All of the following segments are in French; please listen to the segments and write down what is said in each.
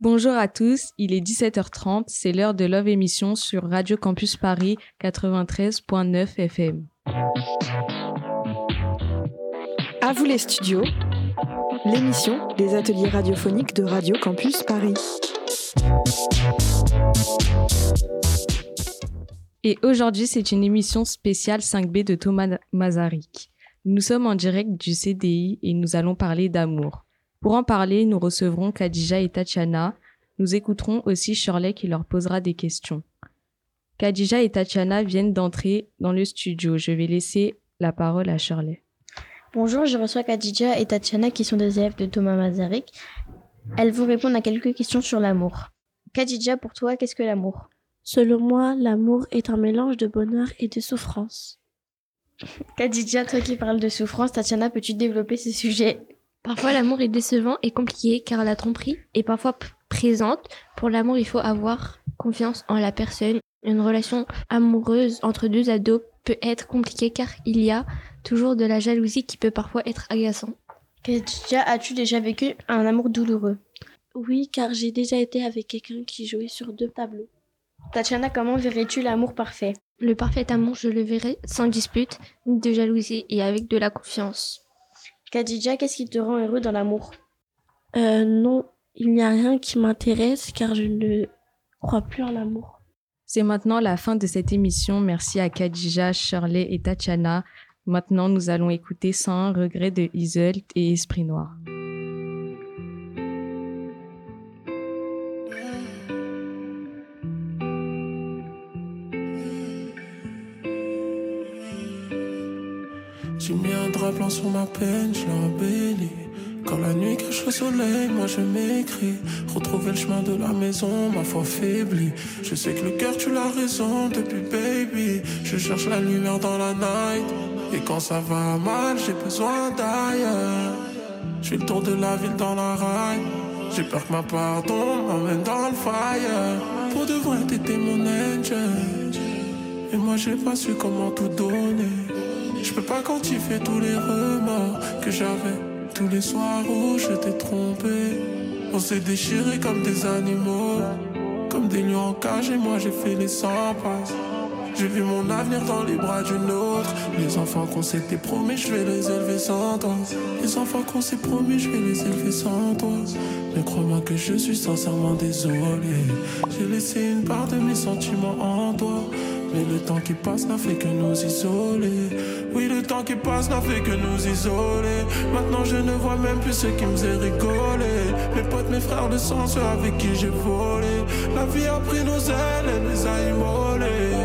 Bonjour à tous, il est 17h30, c'est l'heure de Love Émission sur Radio Campus Paris 93.9 FM. À vous les studios, l'émission des ateliers radiophoniques de Radio Campus Paris. Et aujourd'hui, c'est une émission spéciale 5B de Thomas Masaryk. Nous sommes en direct du CDI et nous allons parler d'amour. Pour en parler, nous recevrons Khadija et Tatiana. Nous écouterons aussi Shirley qui leur posera des questions. Khadija et Tatiana viennent d'entrer dans le studio. Je vais laisser la parole à Shirley. Bonjour, je reçois Khadija et Tatiana qui sont des élèves de Thomas Masaryk. Elles vont répondre à quelques questions sur l'amour. Khadija, pour toi, qu'est-ce que l'amour ? Selon moi, l'amour est un mélange de bonheur et de souffrance. Khadija, toi qui parles de souffrance, Tatiana, peux-tu développer ce sujet ? Parfois, l'amour est décevant et compliqué car la tromperie est parfois présente. Pour l'amour, il faut avoir confiance en la personne. Une relation amoureuse entre deux ados peut être compliquée car il y a toujours de la jalousie qui peut parfois être agaçant. Khadija, as-tu déjà vécu un amour douloureux ? Oui, car j'ai déjà été avec quelqu'un qui jouait sur 2 tableaux. Tatiana, comment verrais-tu l'amour parfait ? Le parfait amour, je le verrai sans dispute, ni de jalousie et avec de la confiance. Khadija, qu'est-ce qui te rend heureux dans l'amour ? Non, il n'y a rien qui m'intéresse car je ne crois plus en l'amour. C'est maintenant la fin de cette émission. Merci à Khadija, Shirley et Tatiana. Maintenant, nous allons écouter 101 regrets de Iseult et Esprit Noir. J'ai mis un drap blanc sur ma peine, je l'ai embelli. Quand la nuit cache le soleil, moi je m'écris. Retrouver le chemin de la maison, ma foi faiblit. Je sais que le cœur tue la raison depuis baby. Je cherche la lumière dans la night. Et quand ça va mal, j'ai besoin d'ailleurs. Je fais le tour de la ville dans la raille. J'ai peur que ma pardon m'emmène dans le fire. Pour de vrai t'étais mon angel. Et moi j'ai pas su comment tout donner. Je peux pas quantifier tous les remords que j'avais tous les soirs où je t'ai trompé. On s'est déchirés comme des animaux, comme des lions en cage et moi j'ai fait les 100 pas. J'ai vu mon avenir dans les bras d'une autre. Les enfants qu'on s'était promis, je vais les élever sans toi. Les enfants qu'on s'est promis, je vais les élever sans toi. Mais crois-moi que je suis sincèrement désolé. J'ai laissé une part de mes sentiments en toi. Mais le temps qui passe n'a fait que nous isoler. Oui, le temps qui passe n'a fait que nous isoler. Maintenant je ne vois même plus ceux qui me faisaient rigoler. Mes potes, mes frères de sang, ceux avec qui j'ai volé. La vie a pris nos ailes et nous a immolés.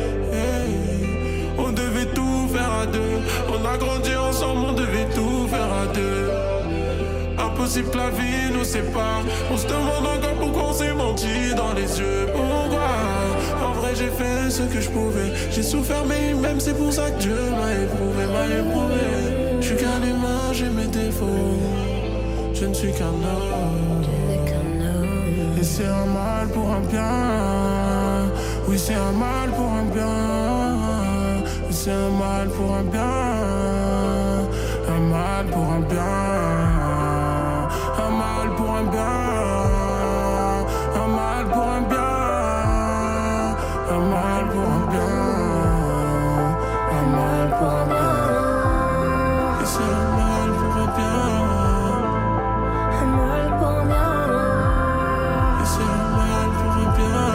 Hey. On devait tout faire à deux. On a grandi ensemble, on devait tout faire à deux. Impossible que la vie nous sépare. On se demande encore pourquoi on s'est menti dans les yeux. Pourquoi ? En vrai j'ai fait ce que je pouvais. J'ai souffert mais même c'est pour ça que Dieu m'a éprouvé. Je suis qu'un humain, j'ai mes défauts. Je ne suis qu'un homme. Et c'est un mal pour un bien. Oui c'est un mal pour un bien. Oui c'est un mal pour un bien. Un mal pour un bien. Un mal pour un bien. Un mal pour un bien. Un mal pour un bien. Un mal pour un bien. Et c'est un mal pour un bien. Un mal pour un bien. Et c'est un mal pour un bien.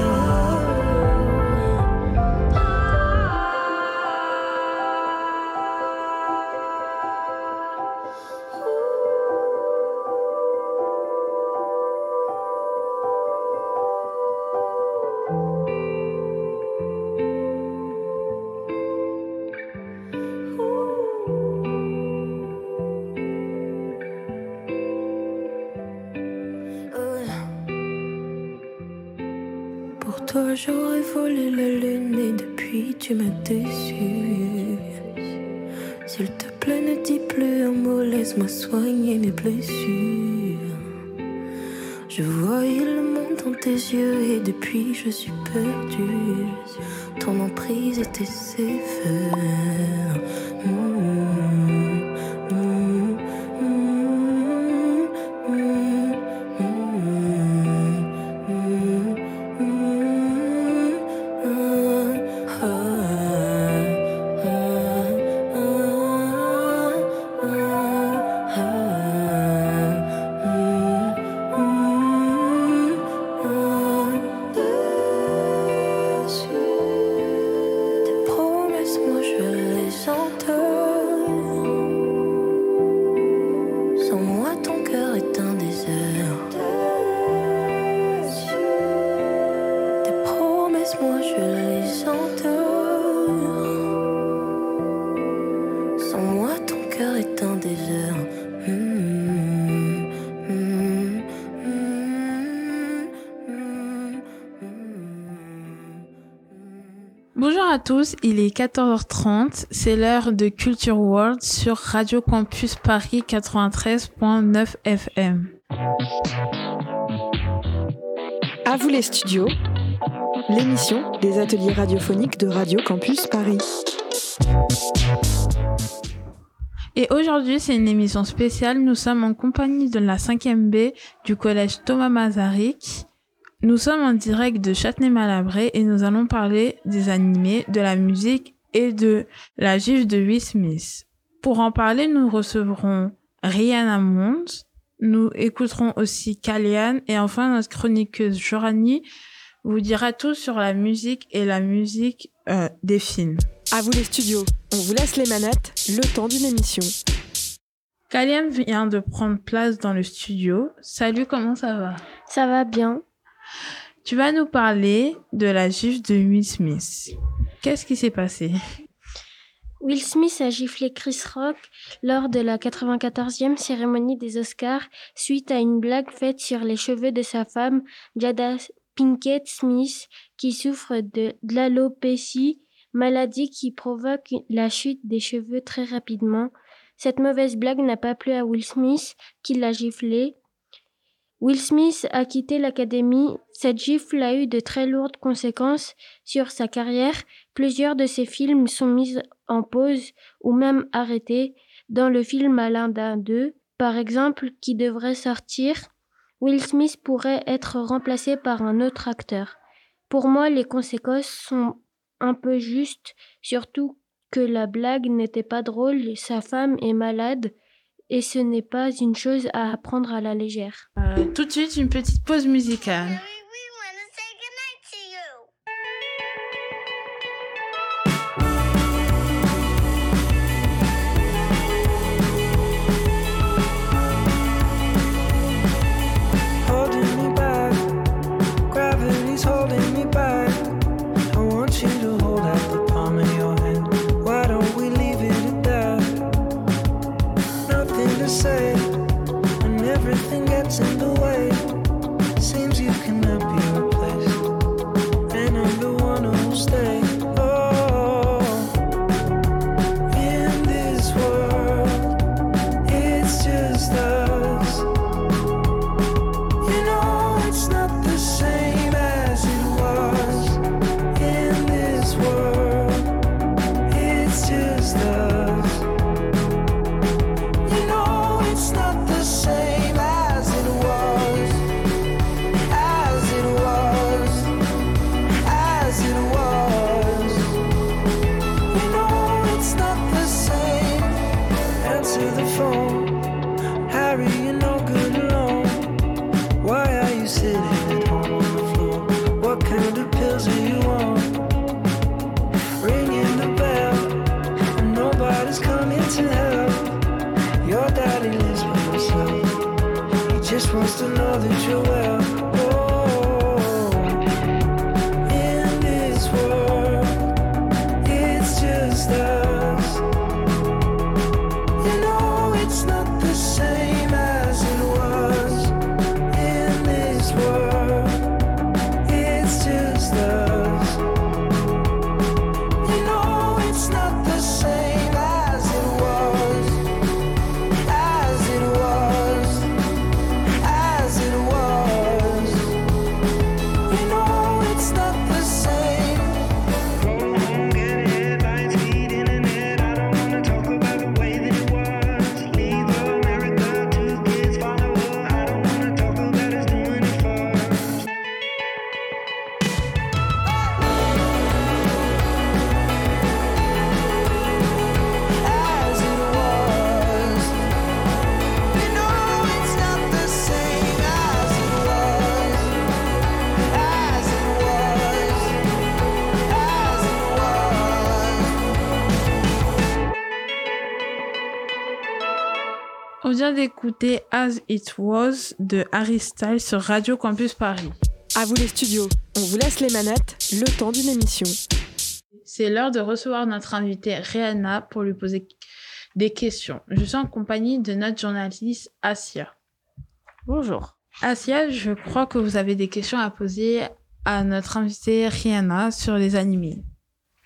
Pour toi j'aurais volé la lune et depuis tu m'as déçu. S'il te plaît ne dis plus un mot, laisse-moi soigner mes blessures. Je voyais le monde dans tes yeux et depuis je suis perdue. Ton emprise était sévère. Bonjour à tous, il est 14h30, c'est l'heure de Culture World sur Radio Campus Paris 93.9 FM. À vous les studios, l'émission des ateliers radiophoniques de Radio Campus Paris. Et aujourd'hui, c'est une émission spéciale. Nous sommes en compagnie de la 5e B du collège Thomas Masaryk. Nous sommes en direct de Châtenay-Malabry et nous allons parler des animés, de la musique et de la gifle de Will Smith. Pour en parler, nous recevrons Rihanna Mons, nous écouterons aussi Kalian et enfin notre chroniqueuse Jorani vous dira tout sur la musique et la musique des films. À vous les studios, on vous laisse les manettes, le temps d'une émission. Kalian vient de prendre place dans le studio. Salut, comment ça va ? Ça va bien. Tu vas nous parler de la gifle de Will Smith. Qu'est-ce qui s'est passé ? Will Smith a giflé Chris Rock lors de la 94e cérémonie des Oscars suite à une blague faite sur les cheveux de sa femme, Jada Pinkett Smith, qui souffre de l'alopécie, maladie qui provoque la chute des cheveux très rapidement. Cette mauvaise blague n'a pas plu à Will Smith, qui l'a giflé. Will Smith a quitté l'académie. Cette gifle a eu de très lourdes conséquences sur sa carrière. Plusieurs de ses films sont mis en pause ou même arrêtés. Dans le film Aladdin 2, par exemple, qui devrait sortir, Will Smith pourrait être remplacé par un autre acteur. Pour moi, les conséquences sont un peu justes, surtout que la blague n'était pas drôle, sa femme est malade. Et ce n'est pas une chose à prendre à la légère. Tout de suite, une petite pause musicale. On vient d'écouter As It Was de Harry Styles sur Radio Campus Paris. À vous les studios, on vous laisse les manettes, le temps d'une émission. C'est l'heure de recevoir notre invitée Rihanna pour lui poser des questions. Je suis en compagnie de notre journaliste Asia. Bonjour. Asia, je crois que vous avez des questions à poser à notre invitée Rihanna sur les animés.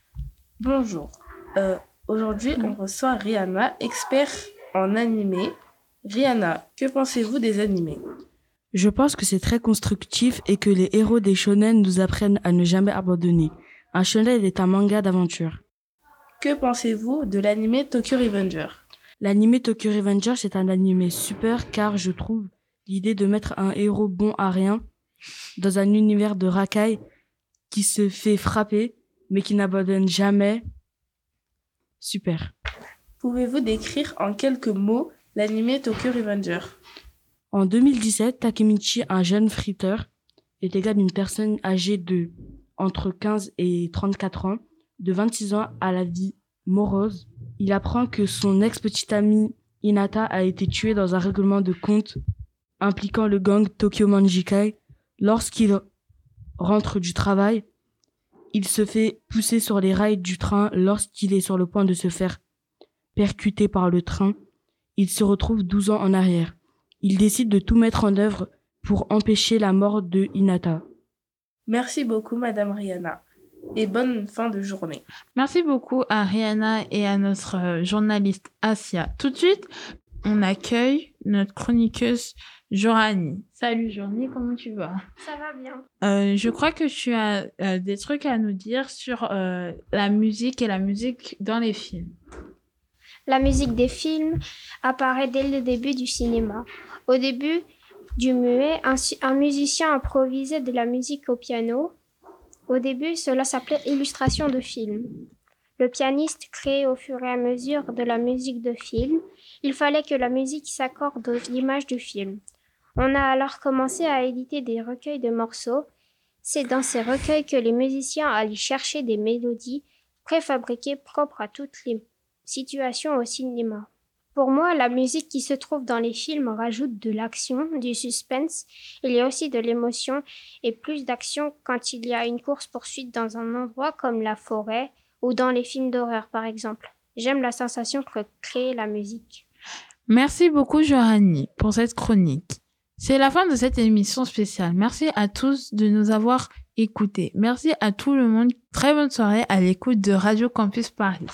Bonjour. Aujourd'hui, on reçoit Rihanna, expert en animé. Rihanna, que pensez-vous des animés? Je pense que c'est très constructif et que les héros des shonen nous apprennent à ne jamais abandonner. Un shonen est un manga d'aventure. Que pensez-vous de l'animé Tokyo Revenger? L'animé Tokyo Revenger, c'est un animé super car je trouve l'idée de mettre un héros bon à rien dans un univers de racailles qui se fait frapper mais qui n'abandonne jamais. Super. Pouvez-vous décrire en quelques mots l'animé Tokyo Revenger? En 2017, Takemichi, un jeune friteur, est égal d'une personne âgée de entre 15 et 34 ans, de 26 ans à la vie morose. Il apprend que son ex-petite amie Hinata a été tuée dans un règlement de compte impliquant le gang Tokyo Manjikai. Lorsqu'il rentre du travail, il se fait pousser sur les rails du train lorsqu'il est sur le point de se faire percuter par le train. Il se retrouve 12 ans en arrière. Il décide de tout mettre en œuvre pour empêcher la mort de Hinata. Merci beaucoup, Madame Rihanna, et bonne fin de journée. Merci beaucoup à Rihanna et à notre journaliste Asia. Tout de suite, on accueille notre chroniqueuse Jorani. Salut Jorani, comment tu vas? Ça va bien. Je crois que tu as des trucs à nous dire sur la musique et la musique dans les films. La musique des films apparaît dès le début du cinéma. Au début du muet, un musicien improvisait de la musique au piano. Au début, cela s'appelait illustration de film. Le pianiste créait au fur et à mesure de la musique de film. Il fallait que la musique s'accorde aux images du film. On a alors commencé à éditer des recueils de morceaux. C'est dans ces recueils que les musiciens allaient chercher des mélodies préfabriquées propres à toutes les situations au cinéma. Pour moi, la musique qui se trouve dans les films rajoute de l'action, du suspense. Il y a aussi de l'émotion et plus d'action quand il y a une course-poursuite dans un endroit comme la forêt ou dans les films d'horreur par exemple. J'aime la sensation que crée la musique. Merci beaucoup Jorani pour cette chronique. C'est la fin de cette émission spéciale. Merci à tous de nous avoir écoutés. Merci à tout le monde. Très bonne soirée à l'écoute de Radio Campus Paris.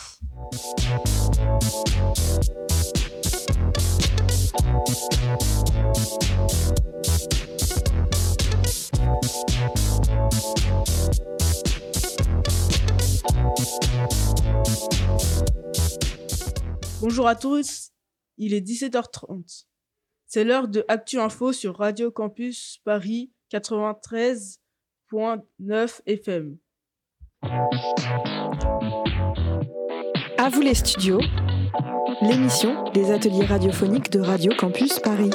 Bonjour à tous, il est 17h30. C'est l'heure de Actu Info sur Radio Campus Paris 93.9 FM. À vous les studios, l'émission des ateliers radiophoniques de Radio Campus Paris.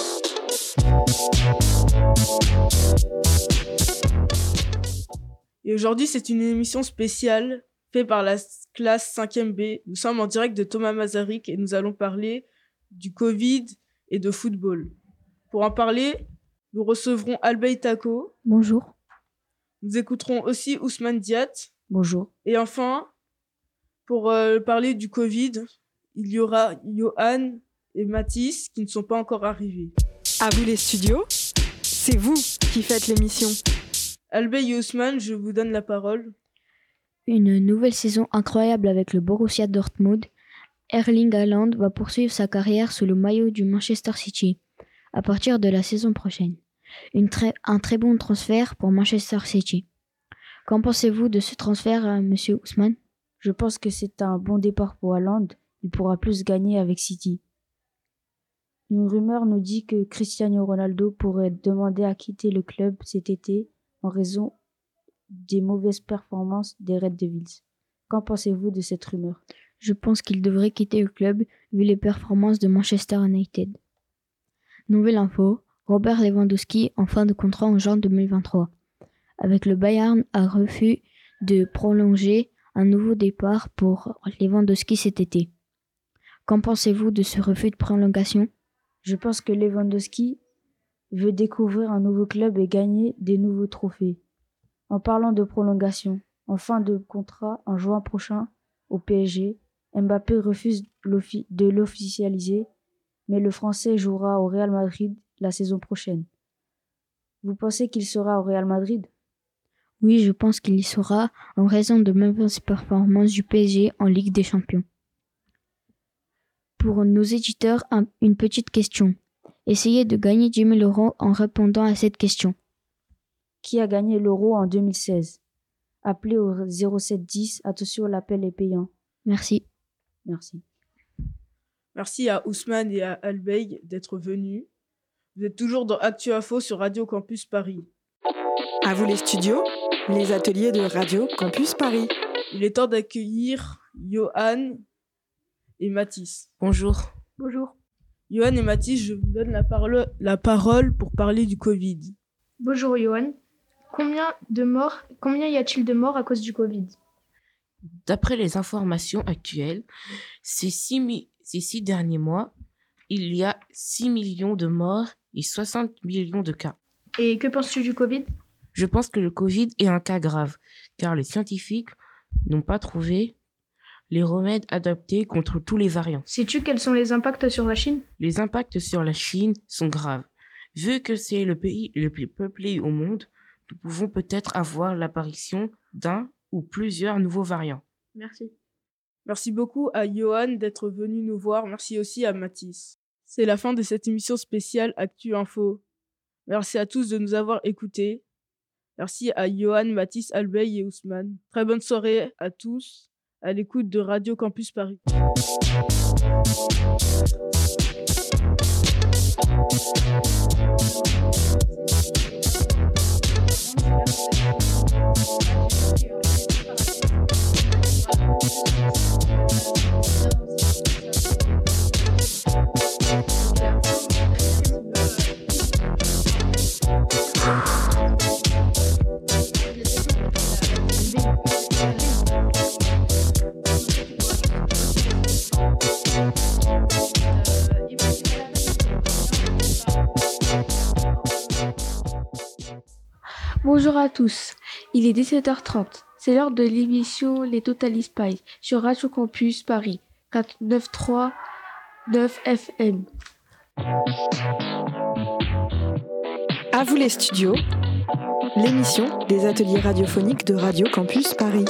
Et aujourd'hui, c'est une émission spéciale faite par la classe 5e B. Nous sommes en direct de Thomas Masaryk et nous allons parler du Covid et de football. Pour en parler, nous recevrons Albey Tako. Bonjour. Nous écouterons aussi Ousmane Diat. Bonjour. Et enfin, pour parler du Covid, il y aura Johan et Mathis qui ne sont pas encore arrivés. À vous les studios, c'est vous qui faites l'émission. Albey et Ousmane, je vous donne la parole. Une nouvelle saison incroyable avec le Borussia Dortmund. Erling Haaland va poursuivre sa carrière sous le maillot du Manchester City à partir de la saison prochaine. Un très bon transfert pour Manchester City. Qu'en pensez-vous de ce transfert, monsieur Ousmane? Je pense que c'est un bon départ pour Haaland. Il pourra plus gagner avec City. Une rumeur nous dit que Cristiano Ronaldo pourrait demander à quitter le club cet été en raison des mauvaises performances des Red Devils. Qu'en pensez-vous de cette rumeur? Je pense qu'il devrait quitter le club vu les performances de Manchester United. Nouvelle info, Robert Lewandowski en fin de contrat en juin 2023. Avec le Bayern a refus de prolonger un nouveau départ pour Lewandowski cet été. Qu'en pensez-vous de ce refus de prolongation? Je pense que Lewandowski veut découvrir un nouveau club et gagner des nouveaux trophées. En parlant de prolongation, en fin de contrat en juin prochain au PSG, Mbappé refuse de l'officialiser, mais le Français jouera au Real Madrid la saison prochaine. Vous pensez qu'il sera au Real Madrid? Oui, je pense qu'il y sera en raison de mauvaises performances du PSG en Ligue des Champions. Pour nos éditeurs, une petite question. Essayez de gagner 10 000 € en répondant à cette question. Qui a gagné l'Euro en 2016? Appelez au 0710. Attention, l'appel est payant. Merci. Merci. Merci à Ousmane et à Albey d'être venus. Vous êtes toujours dans Actu Info sur Radio Campus Paris. À vous les studios, les ateliers de Radio Campus Paris. Il est temps d'accueillir Johan et Mathis. Bonjour. Bonjour. Johan et Mathis, je vous donne la parole pour parler du Covid. Bonjour Johan. Combien y a-t-il de morts à cause du Covid? D'après les informations actuelles, ces 6 derniers mois, il y a 6 millions de morts et 60 millions de cas. Et que penses-tu du Covid? Je pense que le Covid est un cas grave, car les scientifiques n'ont pas trouvé les remèdes adaptés contre tous les variants. Sais-tu quels sont les impacts sur la Chine? Les impacts sur la Chine sont graves. Vu que c'est le pays le plus peuplé au monde, nous pouvons peut-être avoir l'apparition d'un ou plusieurs nouveaux variants. Merci. Merci beaucoup à Johan d'être venu nous voir. Merci aussi à Mathis. C'est la fin de cette émission spéciale Actu Info. Merci à tous de nous avoir écoutés. Merci à Johan, Mathis, Albey et Ousmane. Très bonne soirée à tous à l'écoute de Radio Campus Paris. Bonjour à tous, il est 17h30. C'est l'heure de l'émission Les Total Spice sur Radio Campus Paris, 493 9 FM. À vous les studios, l'émission des ateliers radiophoniques de Radio Campus Paris.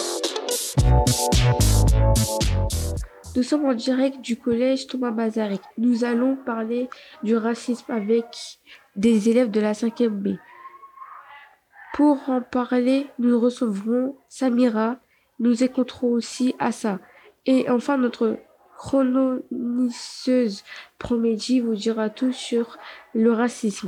Nous sommes en direct du collège Thomas Masaryk. Nous allons parler du racisme avec des élèves de la 5e B. Pour en parler, nous recevrons Samira, nous écouterons aussi Assa. Et enfin, notre chroniqueuse Promédie vous dira tout sur le racisme.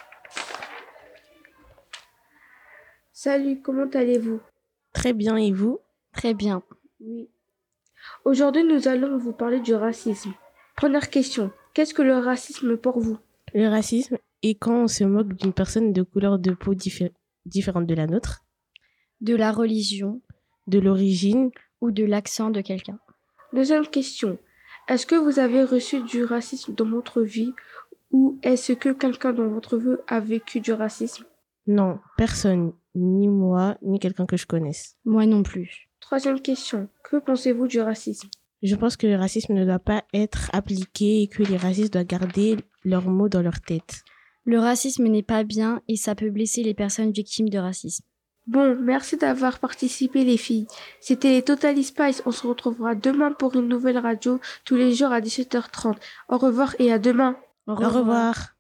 Salut, comment allez-vous? Très bien, et vous? Très bien. Oui. Aujourd'hui, nous allons vous parler du racisme. Première question, qu'est-ce que le racisme pour vous? Le racisme est quand on se moque d'une personne de couleur de peau différente de la nôtre, de la religion, de l'origine ou de l'accent de quelqu'un. Deuxième question, est-ce que vous avez reçu du racisme dans votre vie ou est-ce que quelqu'un dans votre vie a vécu du racisme? Non, personne, ni moi, ni quelqu'un que je connaisse. Moi non plus. Troisième question, que pensez-vous du racisme? Je pense que le racisme ne doit pas être appliqué et que les racistes doivent garder leurs mots dans leur tête. Le racisme n'est pas bien et ça peut blesser les personnes victimes de racisme. Bon, merci d'avoir participé les filles. C'était les Total Spice. On se retrouvera demain pour une nouvelle radio tous les jours à 17h30. Au revoir et à demain. Au revoir.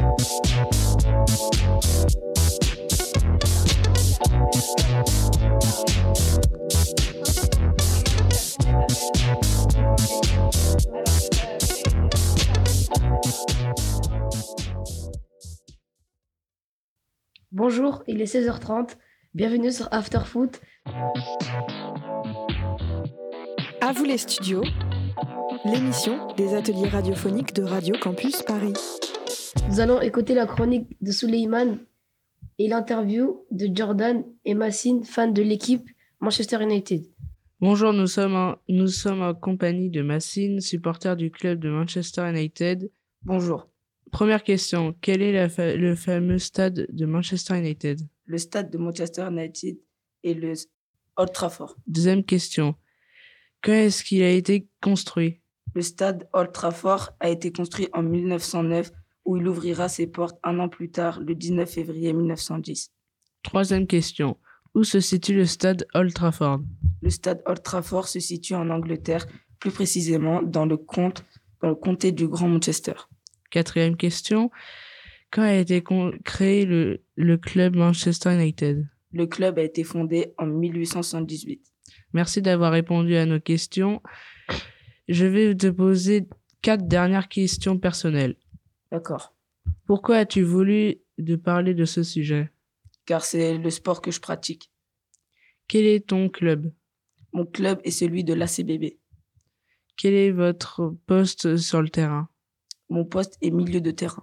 Bonjour, il est 16h30. Bienvenue sur After Foot. À vous les studios, l'émission des ateliers radiophoniques de Radio Campus Paris. Nous allons écouter la chronique de Souleymane et l'interview de Jordan et Massine, fans de l'équipe Manchester United. Bonjour, nous sommes en compagnie de Massine, supporter du club de Manchester United. Bonjour. Première question, quel est le fameux stade de Manchester United? Le stade de Manchester United est le Old Trafford. Deuxième question, quand est-ce qu'il a été construit? Le stade Old Trafford a été construit en 1909, où il ouvrira ses portes un an plus tard, le 19 février 1910. Troisième question, Où se situe le stade Old Trafford? Le stade Old Trafford se situe en Angleterre, plus précisément dans le comté du Grand Manchester. 4e question. Quand a été créé le club Manchester United? Le club a été fondé en 1878. Merci d'avoir répondu à nos questions. Je vais te poser 4 dernières questions personnelles. D'accord. Pourquoi as-tu voulu parler de ce sujet? Car c'est le sport que je pratique. Quel est ton club? Mon club est celui de l'ACBB. Quel est votre poste sur le terrain? Mon poste est milieu de terrain.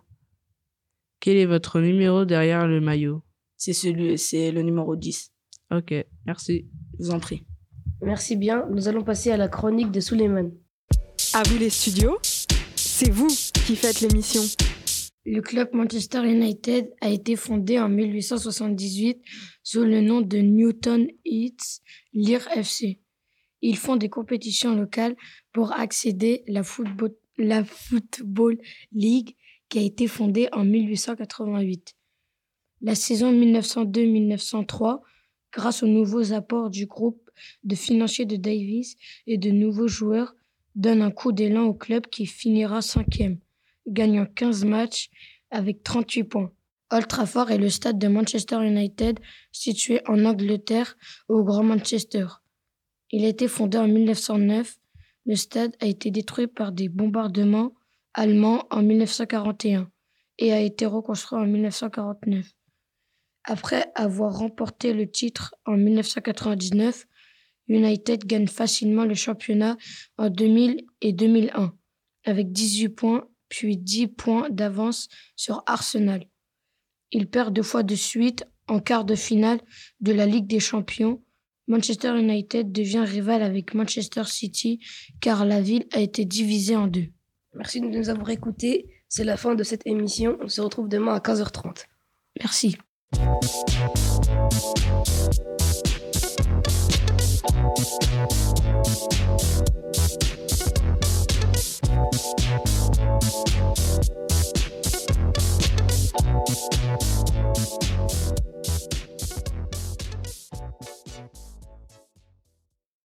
Quel est votre numéro derrière le maillot? C'est le numéro 10. Ok, merci. Je vous en prie. Merci bien. Nous allons passer à la chronique de Souleymane. À vous les studios, c'est vous qui faites l'émission. Le club Manchester United a été fondé en 1878 sous le nom de Newton Heath Lear FC. Ils font des compétitions locales pour accéder à la Football League qui a été fondée en 1888. La saison 1902-1903, grâce aux nouveaux apports du groupe de financiers de Davis et de nouveaux joueurs, donne un coup d'élan au club qui finira 5e, gagnant 15 matchs avec 38 points. Old Trafford est le stade de Manchester United situé en Angleterre au Grand Manchester. Il a été fondé en 1909. Le stade a été détruit par des bombardements allemands en 1941 et a été reconstruit en 1949. Après avoir remporté le titre en 1999, United gagne facilement le championnat en 2000 et 2001 avec 18 points puis 10 points d'avance sur Arsenal. Il perd 2 fois de suite en quart de finale de la Ligue des Champions. Manchester United devient rival avec Manchester City car la ville a été divisée en 2. Merci de nous avoir écoutés. C'est la fin de cette émission. On se retrouve demain à 15h30. Merci.